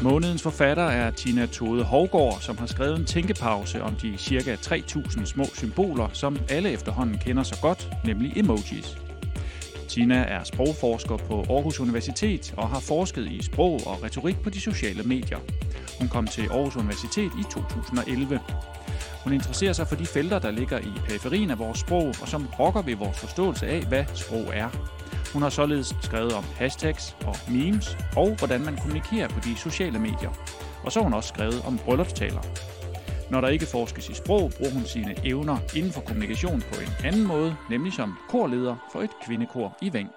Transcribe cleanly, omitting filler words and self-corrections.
Månedens forfatter er Tina Tode Hovgaard, som har skrevet en tænkepause om de ca. 3.000 små symboler, som alle efterhånden kender så godt, nemlig emojis. Tina er sprogforsker på Aarhus Universitet og har forsket i sprog og retorik på de sociale medier. Hun kom til Aarhus Universitet i 2011. Hun interesserer sig for de felter, der ligger i periferien af vores sprog, og som rokker ved vores forståelse af, hvad sprog er. Hun har således skrevet om hashtags og memes, og hvordan man kommunikerer på de sociale medier. Og så har hun også skrevet om bryllupstaler. Når der ikke forskes i sprog, bruger hun sine evner inden for kommunikation på en anden måde, nemlig som korleder for et kvindekor i Veng.